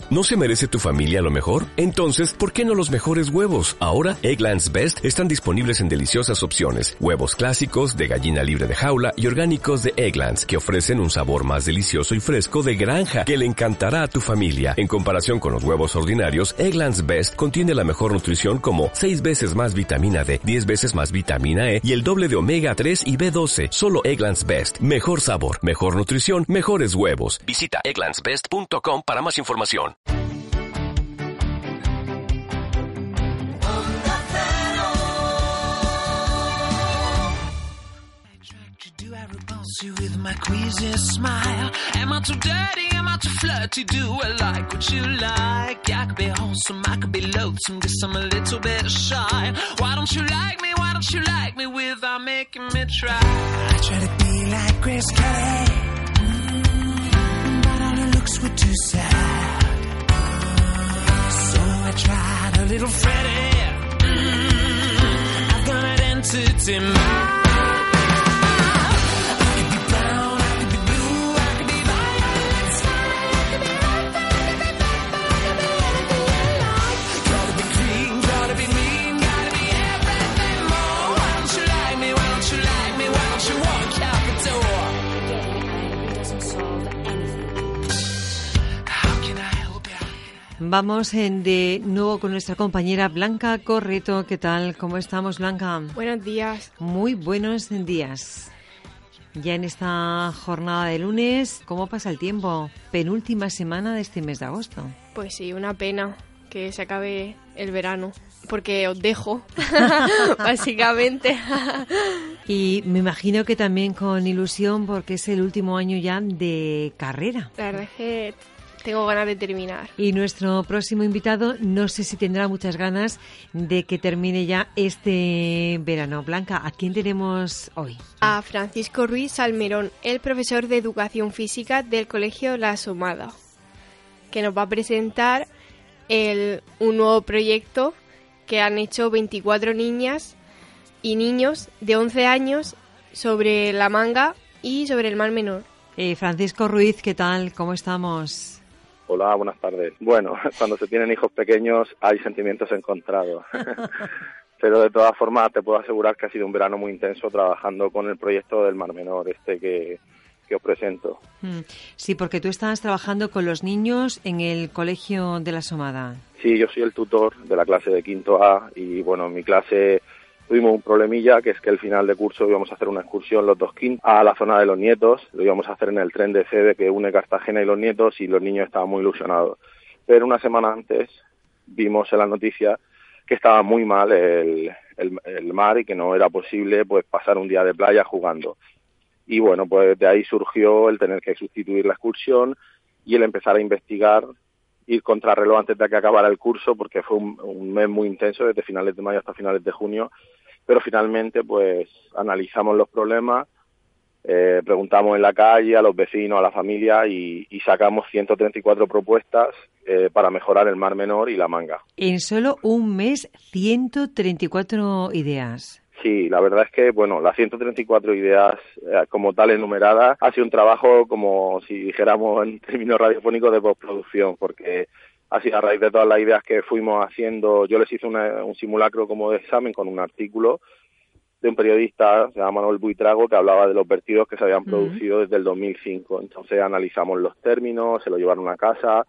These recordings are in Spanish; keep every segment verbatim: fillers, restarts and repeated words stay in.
¿No se merece tu familia lo mejor? Entonces, ¿por qué no los mejores huevos? Ahora, Eggland's Best están disponibles en deliciosas opciones. Huevos clásicos, de gallina libre de jaula y orgánicos de Eggland's, que ofrecen un sabor más delicioso y fresco de granja que le encantará a tu familia. En comparación con los huevos ordinarios, Eggland's Best contiene la mejor nutrición como seis veces más vitamina D, diez veces más vitamina E y el doble de omega tres y B doce. Solo Eggland's Best. Mejor sabor, mejor nutrición, mejores huevos. Visita egglands best punto com para más información. You with my queasy smile. Am I too dirty? Am I too flirty? Do I like what you like? I could be wholesome, I could be loathsome, guess I'm a little bit shy. Why don't you like me? Why don't you like me without making me try? I try to be like Grace Kelly, mm, but all her looks were too sad. So I tried a little Freddie. Mm, I've got an entity mind. Vamos en de nuevo con nuestra compañera Blanca Correto. ¿Qué tal? ¿Cómo estamos, Blanca? Buenos días. Muy buenos días. Ya en esta jornada de lunes, ¿cómo pasa el tiempo? Penúltima semana de este mes de agosto. Pues sí, una pena que se acabe el verano, porque os dejo, básicamente. Y me imagino que también con ilusión, porque es el último año ya de carrera. La verdad es que tengo ganas de terminar. Y nuestro próximo invitado, no sé si tendrá muchas ganas de que termine ya este verano. Blanca, ¿a quién tenemos hoy? A Francisco Ruiz Salmerón, el profesor de Educación Física del Colegio La Asomada, que nos va a presentar el, un nuevo proyecto que han hecho veinticuatro niñas y niños de once años sobre la manga y sobre el Mar Menor. Eh, Francisco Ruiz, ¿qué tal? ¿Cómo estamos? Hola, buenas tardes. Bueno, cuando se tienen hijos pequeños hay sentimientos encontrados. Pero de todas formas te puedo asegurar que ha sido un verano muy intenso trabajando con el proyecto del Mar Menor, este que, que os presento. Sí, porque tú estás trabajando con los niños en el Colegio de la Asomada. Sí, yo soy el tutor de la clase de quinto A y bueno, en mi clase tuvimos un problemilla, que es que al final de curso íbamos a hacer una excursión los dos quintos a la zona de Los Nietos. Lo íbamos a hacer en el tren de Feve que une Cartagena y Los Nietos y los niños estaban muy ilusionados. Pero una semana antes vimos en la noticia que estaba muy mal el, el, el mar y que no era posible pues pasar un día de playa jugando. Y bueno, pues de ahí surgió el tener que sustituir la excursión y el empezar a investigar, ir contrarreloj antes de que acabara el curso, porque fue un, un mes muy intenso, desde finales de mayo hasta finales de junio. Pero finalmente pues analizamos los problemas, eh, preguntamos en la calle a los vecinos, a la familia y, y sacamos ciento treinta y cuatro propuestas eh, para mejorar el Mar Menor y la manga. En solo un mes, ciento treinta y cuatro ideas. Sí, la verdad es que, bueno, las ciento treinta y cuatro ideas eh, como tal enumeradas ha sido un trabajo como si dijéramos en términos radiofónicos de postproducción, porque ha sido a raíz de todas las ideas que fuimos haciendo. Yo les hice una, un simulacro como de examen con un artículo de un periodista, se llama Manuel Buitrago, que hablaba de los vertidos que se habían producido uh-huh. desde el dos mil cinco. Entonces analizamos los términos, se lo llevaron a casa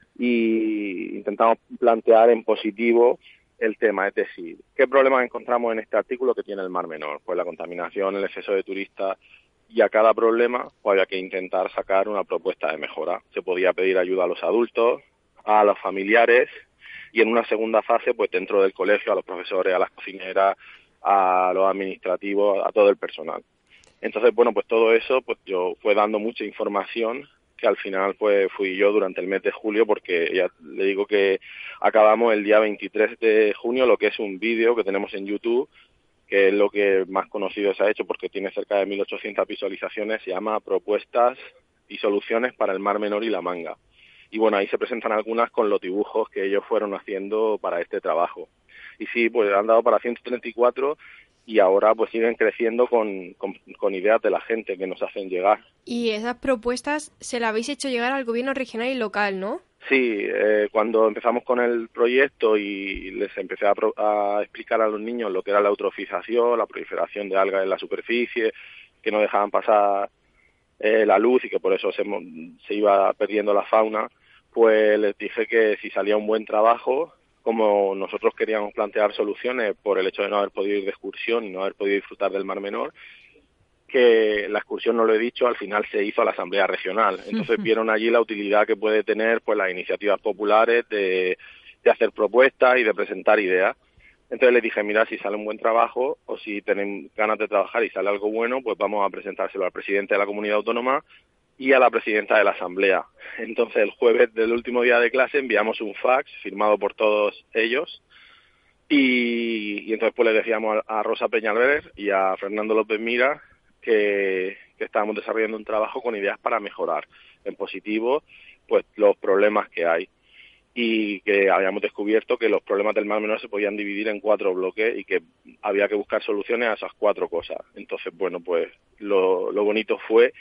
y intentamos plantear en positivo el tema, es decir, ¿qué problemas encontramos en este artículo que tiene el Mar Menor? Pues la contaminación, el exceso de turistas, y a cada problema pues había que intentar sacar una propuesta de mejora. Se podía pedir ayuda a los adultos, a los familiares, y en una segunda fase, pues dentro del colegio, a los profesores, a las cocineras, a los administrativos, a todo el personal. Entonces, bueno, pues todo eso, pues yo fue dando mucha información, que al final pues fui yo durante el mes de julio, porque ya le digo que acabamos el día veintitrés de junio, lo que es un vídeo que tenemos en YouTube, que es lo que más conocido se ha hecho porque tiene cerca de mil ochocientas visualizaciones, se llama Propuestas y Soluciones para el Mar Menor y la Manga. Y bueno, ahí se presentan algunas con los dibujos que ellos fueron haciendo para este trabajo. Y sí, pues han dado para ciento treinta y cuatro y ahora pues siguen creciendo con, con, con ideas de la gente que nos hacen llegar. Y esas propuestas se las habéis hecho llegar al gobierno regional y local, ¿no? Sí, eh, cuando empezamos con el proyecto y les empecé a, pro- a explicar a los niños lo que era la eutrofización, la proliferación de algas en la superficie, que no dejaban pasar eh, la luz y que por eso se, mo- se iba perdiendo la fauna, pues les dije que si salía un buen trabajo, como nosotros queríamos plantear soluciones por el hecho de no haber podido ir de excursión y no haber podido disfrutar del Mar Menor, que la excursión, no lo he dicho, al final se hizo a la Asamblea Regional. Entonces vieron allí la utilidad que puede tener pues las iniciativas populares de, de hacer propuestas y de presentar ideas. Entonces les dije, mira, si sale un buen trabajo o si tienen ganas de trabajar y sale algo bueno, pues vamos a presentárselo al presidente de la comunidad autónoma y a la presidenta de la Asamblea. Entonces el jueves del último día de clase enviamos un fax firmado por todos ellos y, y entonces pues le decíamos a, a Rosa Peñalver y a Fernando López Mira que, que estábamos desarrollando un trabajo con ideas para mejorar en positivo pues los problemas que hay y que habíamos descubierto que los problemas del Mar Menor se podían dividir en cuatro bloques y que había que buscar soluciones a esas cuatro cosas. Entonces, bueno, pues lo, lo bonito fue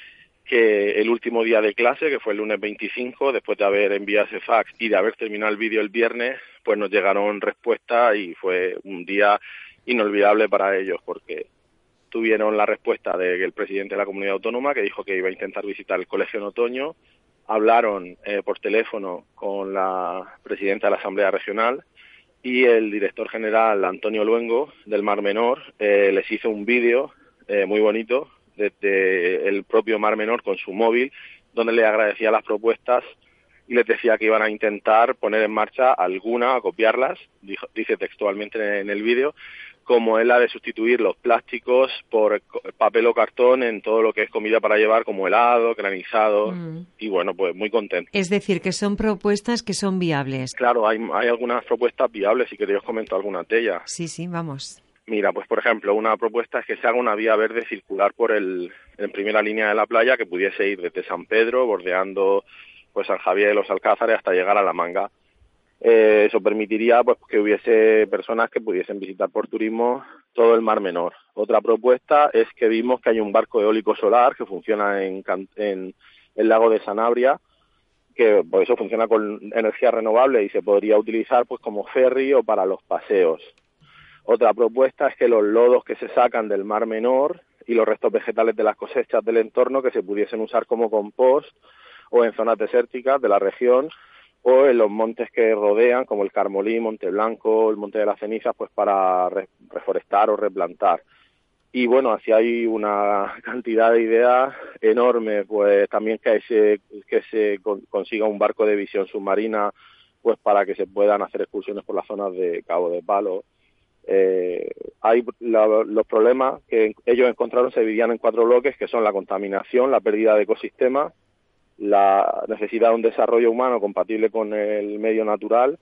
que el último día de clase, que fue el lunes veinticinco, después de haber enviado ese fax y de haber terminado el vídeo el viernes, pues nos llegaron respuestas y fue un día inolvidable para ellos porque tuvieron la respuesta del presidente de la comunidad autónoma que dijo que iba a intentar visitar el colegio en otoño, hablaron eh, por teléfono con la presidenta de la Asamblea Regional y el director general Antonio Luengo del Mar Menor eh, les hizo un vídeo eh, muy bonito desde el propio Mar Menor con su móvil donde le agradecía las propuestas y les decía que iban a intentar poner en marcha alguna, a copiarlas, dijo, dice textualmente en el vídeo, como es la de sustituir los plásticos por papel o cartón en todo lo que es comida para llevar, como helado, granizado, mm. y bueno, pues muy contento. Es decir, que son propuestas que son viables. Claro, hay, hay algunas propuestas viables, si queréis os comento algunas de ellas. Sí, sí, vamos. Mira, pues por ejemplo, una propuesta es que se haga una vía verde circular por el en primera línea de la playa que pudiese ir desde San Pedro, bordeando pues San Javier y los Alcázares hasta llegar a La Manga. Eh, eso permitiría pues que hubiese personas que pudiesen visitar por turismo todo el Mar Menor. Otra propuesta es que vimos que hay un barco eólico solar que funciona en, en el lago de Sanabria, que por eso funciona con energía renovable y se podría utilizar pues como ferry o para los paseos. Otra propuesta es que los lodos que se sacan del Mar Menor y los restos vegetales de las cosechas del entorno que se pudiesen usar como compost o en zonas desérticas de la región o en los montes que rodean, como el Carmolí, Monte Blanco, el Monte de las Cenizas, pues para re- reforestar o replantar. Y bueno, así hay una cantidad de ideas enormes, pues también que se, que se con, consiga un barco de visión submarina, pues para que se puedan hacer excursiones por las zonas de Cabo de Palo. Eh, hay la, los problemas que ellos encontraron se dividían en cuatro bloques, que son la contaminación, la pérdida de ecosistemas, la necesidad de un desarrollo humano compatible con el medio natural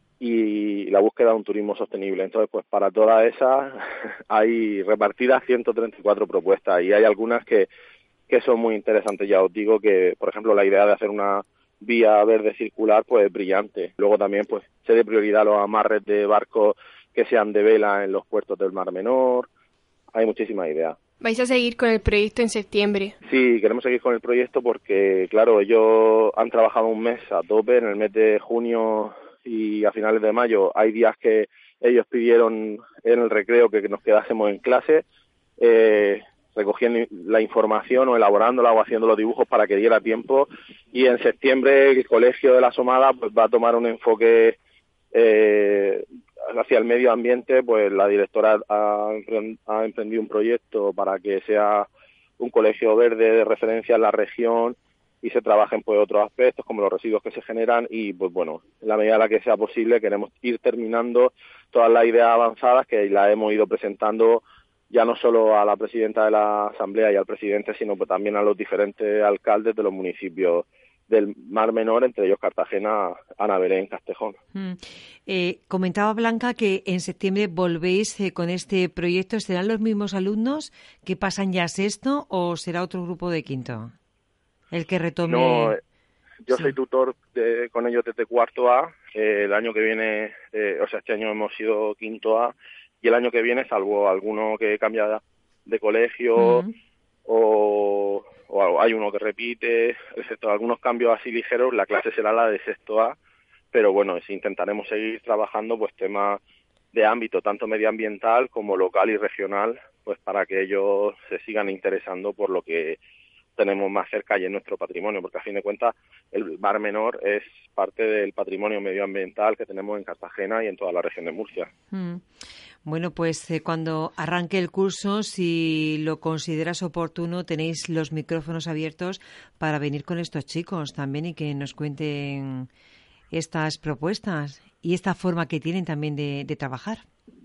y la búsqueda de un turismo sostenible. Entonces, pues para todas esas hay repartidas ciento treinta y cuatro propuestas y hay algunas que, que son muy interesantes. Ya os digo que, por ejemplo, la idea de hacer una vía verde circular pues es brillante. Luego también pues se dé prioridad a los amarres de barcos que sean de vela en los puertos del Mar Menor. Hay muchísimas ideas. ¿Vais a seguir con el proyecto en septiembre? Sí, queremos seguir con el proyecto porque, claro, ellos han trabajado un mes a tope. En el mes de junio y a finales de mayo hay días que ellos pidieron en el recreo que nos quedásemos en clase, eh, recogiendo la información o elaborándola o haciendo los dibujos para que diera tiempo. Y en septiembre el Colegio de la Asomada pues va a tomar un enfoque eh, hacia el medio ambiente. Pues la directora ha, ha emprendido un proyecto para que sea un colegio verde de referencia en la región y se trabajen pues otros aspectos como los residuos que se generan y pues bueno, en la medida en la que sea posible queremos ir terminando todas las ideas avanzadas que las hemos ido presentando ya no solo a la presidenta de la Asamblea y al presidente, sino pues también a los diferentes alcaldes de los municipios del Mar Menor, entre ellos Cartagena, Ana Belén, Castejón. Mm. Eh, comentaba Blanca que en septiembre volvéis eh, con este proyecto. ¿Serán los mismos alumnos que pasan ya a sexto o será otro grupo de quinto el que retome? No, yo sí. soy tutor de, con ellos desde cuarto A. Eh, el año que viene, eh, o sea, este año hemos sido quinto A y el año que viene, salvo alguno que cambia de colegio mm. o o hay uno que repite, excepto algunos cambios así ligeros, la clase será la de sexto A, pero bueno, si intentaremos seguir trabajando pues temas de ámbito tanto medioambiental como local y regional, pues para que ellos se sigan interesando por lo que tenemos más cerca y en nuestro patrimonio, porque a fin de cuentas el Mar Menor es parte del patrimonio medioambiental que tenemos en Cartagena y en toda la región de Murcia. Mm. Bueno, pues eh, cuando arranque el curso, si lo consideras oportuno, tenéis los micrófonos abiertos para venir con estos chicos también y que nos cuenten estas propuestas y esta forma que tienen también de, de trabajar.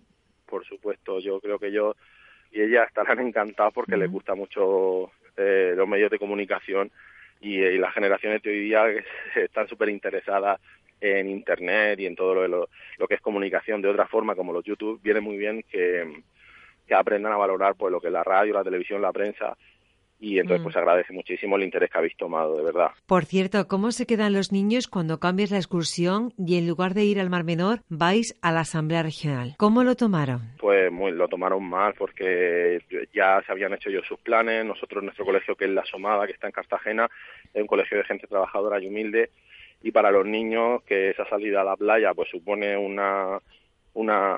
Por supuesto, yo creo que ellos y ellas estarán encantados porque uh-huh. les gusta mucho eh, los medios de comunicación y, y las generaciones de hoy día que están súper interesadas en Internet y en todo lo, lo, lo que es comunicación de otra forma, como los YouTube. Viene muy bien que, que aprendan a valorar pues lo que es la radio, la televisión, la prensa, y entonces mm. pues agradece muchísimo el interés que habéis tomado, de verdad. Por cierto, ¿cómo se quedan los niños cuando cambias la excursión y en lugar de ir al Mar Menor vais a la Asamblea Regional? ¿Cómo lo tomaron? Pues muy, lo tomaron mal porque ya se habían hecho ellos sus planes. Nosotros, nuestro colegio, que es La Asomada, que está en Cartagena, es un colegio de gente trabajadora y humilde, y para los niños que esa salida a la playa pues supone una una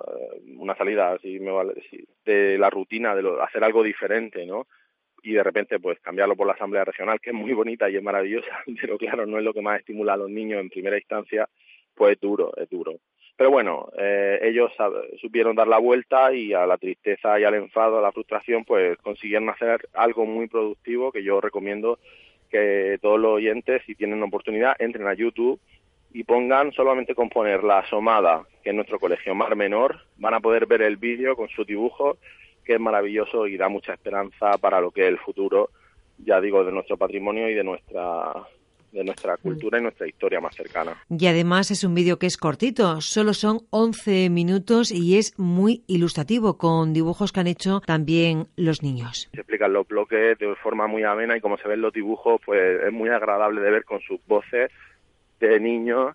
una salida así me vale decir, de la rutina, de lo, hacer algo diferente, ¿no? Y de repente pues cambiarlo por la Asamblea Regional, que es muy bonita y es maravillosa, pero claro, no es lo que más estimula a los niños en primera instancia, pues es duro, es duro. Pero bueno, eh, ellos sab- supieron dar la vuelta y a la tristeza y al enfado, a la frustración, pues consiguieron hacer algo muy productivo que yo recomiendo que todos los oyentes, si tienen oportunidad, entren a YouTube y pongan solamente con poner La Asomada, que es nuestro colegio Mar Menor, van a poder ver el vídeo con sus dibujos, que es maravilloso y da mucha esperanza para lo que es el futuro, ya digo, de nuestro patrimonio y de nuestra de nuestra cultura y nuestra historia más cercana. Y además es un vídeo que es cortito, solo son once minutos y es muy ilustrativo, con dibujos que han hecho también los niños. Se explican los bloques de forma muy amena y como se ven los dibujos, pues es muy agradable de ver con sus voces de niños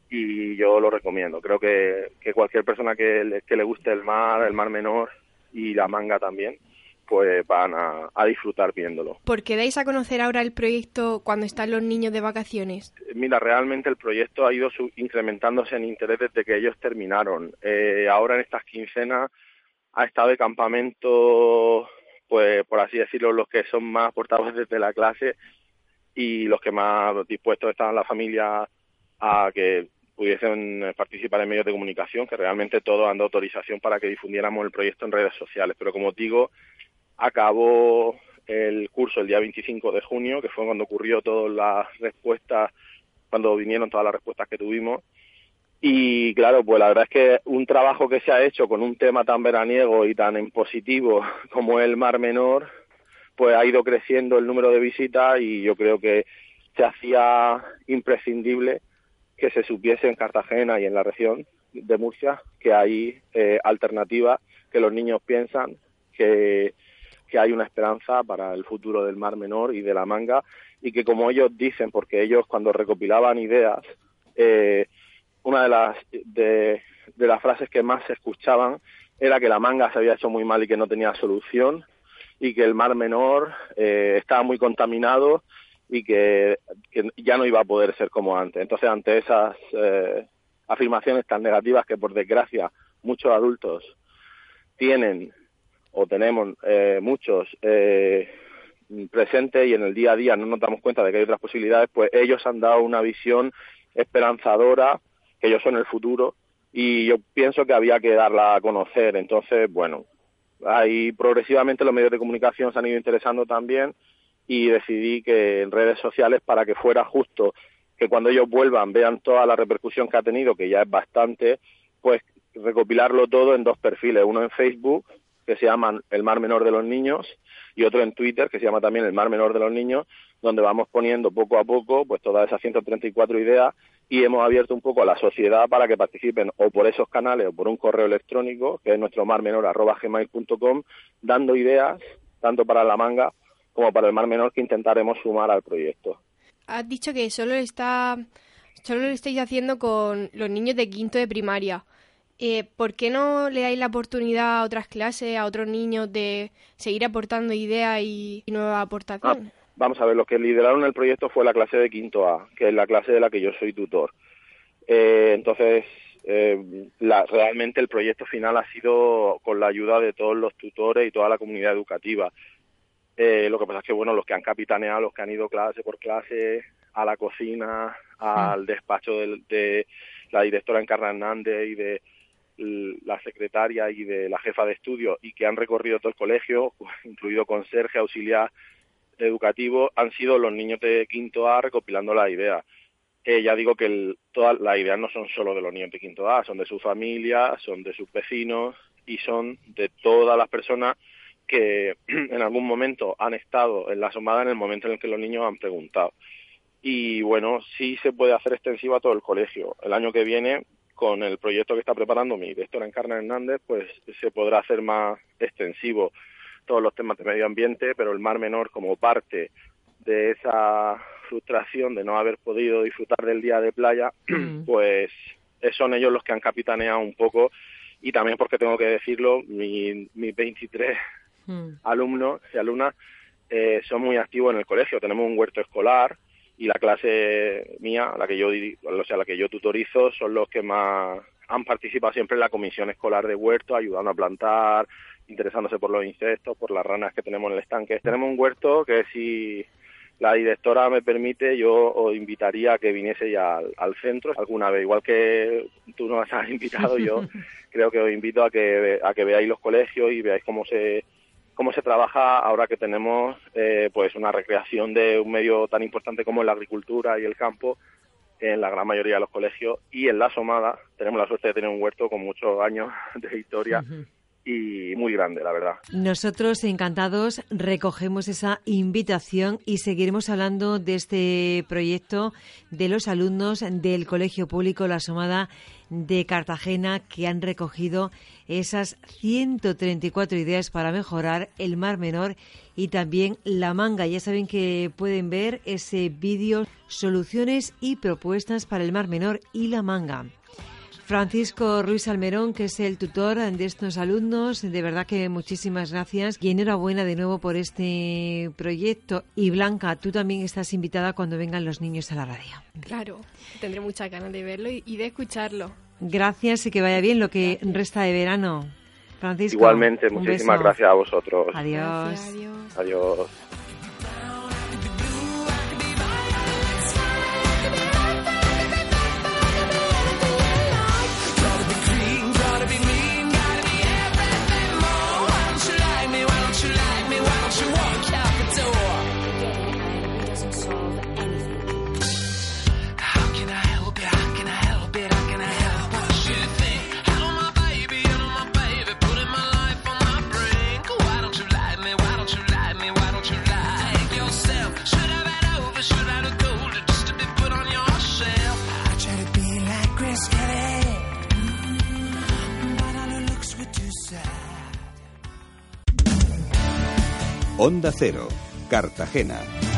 y yo lo recomiendo. Creo que, que cualquier persona que le, que le guste el mar, el Mar Menor y la manga también, pues van a, a disfrutar viéndolo. ¿Por qué dais a conocer ahora el proyecto cuando están los niños de vacaciones? Mira, realmente el proyecto ha ido sub- incrementándose en interés desde que ellos terminaron. Eh, ahora en estas quincenas ha estado de campamento, pues por así decirlo, los que son más portavoces de la clase y los que más dispuestos estaban la familia a que pudiesen participar en medios de comunicación, que realmente todos han dado autorización para que difundiéramos el proyecto en redes sociales. Pero como os digo, acabó el curso el día veinticinco de junio, que fue cuando ocurrió todas las respuestas, cuando vinieron todas las respuestas que tuvimos. Y claro, pues la verdad es que un trabajo que se ha hecho con un tema tan veraniego y tan en positivo como el Mar Menor, pues ha ido creciendo el número de visitas y yo creo que se hacía imprescindible que se supiese en Cartagena y en la región de Murcia que hay eh, alternativas, que los niños piensan que que hay una esperanza para el futuro del Mar Menor y de la manga, y que como ellos dicen, porque ellos cuando recopilaban ideas, eh, una de las de, de las frases que más se escuchaban era que la manga se había hecho muy mal y que no tenía solución, y que el Mar Menor eh, estaba muy contaminado y que, que ya no iba a poder ser como antes. Entonces, ante esas eh, afirmaciones tan negativas que, por desgracia, muchos adultos tienen o tenemos eh, muchos eh, presentes y en el día a día no nos damos cuenta de que hay otras posibilidades, pues ellos han dado una visión esperanzadora, que ellos son el futuro, y yo pienso que había que darla a conocer. Entonces, bueno, ahí progresivamente los medios de comunicación se han ido interesando también y decidí que en redes sociales, para que fuera justo que cuando ellos vuelvan vean toda la repercusión que ha tenido, que ya es bastante, pues recopilarlo todo en dos perfiles, uno en Facebook, que se llaman El Mar Menor de los Niños, y otro en Twitter, que se llama también El Mar Menor de los Niños, donde vamos poniendo poco a poco pues todas esas ciento treinta y cuatro ideas, y hemos abierto un poco a la sociedad para que participen o por esos canales o por un correo electrónico, que es nuestro marmenor arroba gmail punto com, dando ideas, tanto para la manga como para el Mar Menor, que intentaremos sumar al proyecto. Has dicho que solo está, solo lo estáis haciendo con los niños de quinto de primaria. Eh, ¿Por qué no le dais la oportunidad a otras clases, a otros niños, de seguir aportando ideas y, y nuevas aportaciones? Ah, vamos a ver, los que lideraron el proyecto fue la clase de quinto A, que es la clase de la que yo soy tutor. Eh, entonces, eh, la, realmente el proyecto final ha sido con la ayuda de todos los tutores y toda la comunidad educativa. Eh, lo que pasa es que, bueno, los que han capitaneado, los que han ido clase por clase a la cocina, al despacho de, de la directora Encarna Hernández y de la secretaria y de la jefa de estudio, y que han recorrido todo el colegio, incluido conserje, auxiliar educativo, han sido los niños de quinto A recopilando las ideas. Eh, ya digo que el, todas las ideas no son solo de los niños de quinto A, son de su familia, son de sus vecinos y son de todas las personas que en algún momento han estado en la asomada en el momento en el que los niños han preguntado. Y bueno, sí se puede hacer extensivo a todo el colegio. El año que viene, con el proyecto que está preparando mi directora Encarna Hernández, pues se podrá hacer más extensivo todos los temas de medio ambiente, pero el Mar Menor, como parte de esa frustración de no haber podido disfrutar del día de playa, mm. pues son ellos los que han capitaneado un poco. Y también, porque tengo que decirlo, mis mi veintitrés mm. alumnos y alumnas eh, son muy activos en el colegio. Tenemos un huerto escolar, y la clase mía, la que yo o sea, la que yo tutorizo, son los que más han participado siempre en la comisión escolar de huerto, ayudando a plantar, interesándose por los insectos, por las ranas que tenemos en el estanque. Tenemos un huerto que, si la directora me permite, yo os invitaría a que viniese ya al, al centro alguna vez. Igual que tú nos has invitado, yo creo que os invito a que a que veáis los colegios y veáis cómo se cómo se trabaja ahora que tenemos eh, pues una recreación de un medio tan importante como la agricultura y el campo en la gran mayoría de los colegios. Y en La Asomada tenemos la suerte de tener un huerto con muchos años de historia uh-huh. y muy grande, la verdad. Nosotros, encantados, recogemos esa invitación y seguiremos hablando de este proyecto de los alumnos del Colegio Público La Asomada de Cartagena, que han recogido esas ciento treinta y cuatro ideas para mejorar el Mar Menor y también la Manga. Ya saben que pueden ver ese vídeo, soluciones y propuestas para el Mar Menor y la Manga. Francisco Ruiz Salmerón, que es el tutor de estos alumnos, de verdad que muchísimas gracias y enhorabuena de nuevo por este proyecto. Y Blanca, tú también estás invitada cuando vengan los niños a la radio. Claro, tendré muchas ganas de verlo y de escucharlo. Gracias y que vaya bien lo que gracias. Resta de verano. Francisco, igualmente, muchísimas gracias a vosotros. Adiós. Gracias, adiós. Adiós. Onda Cero, Cartagena.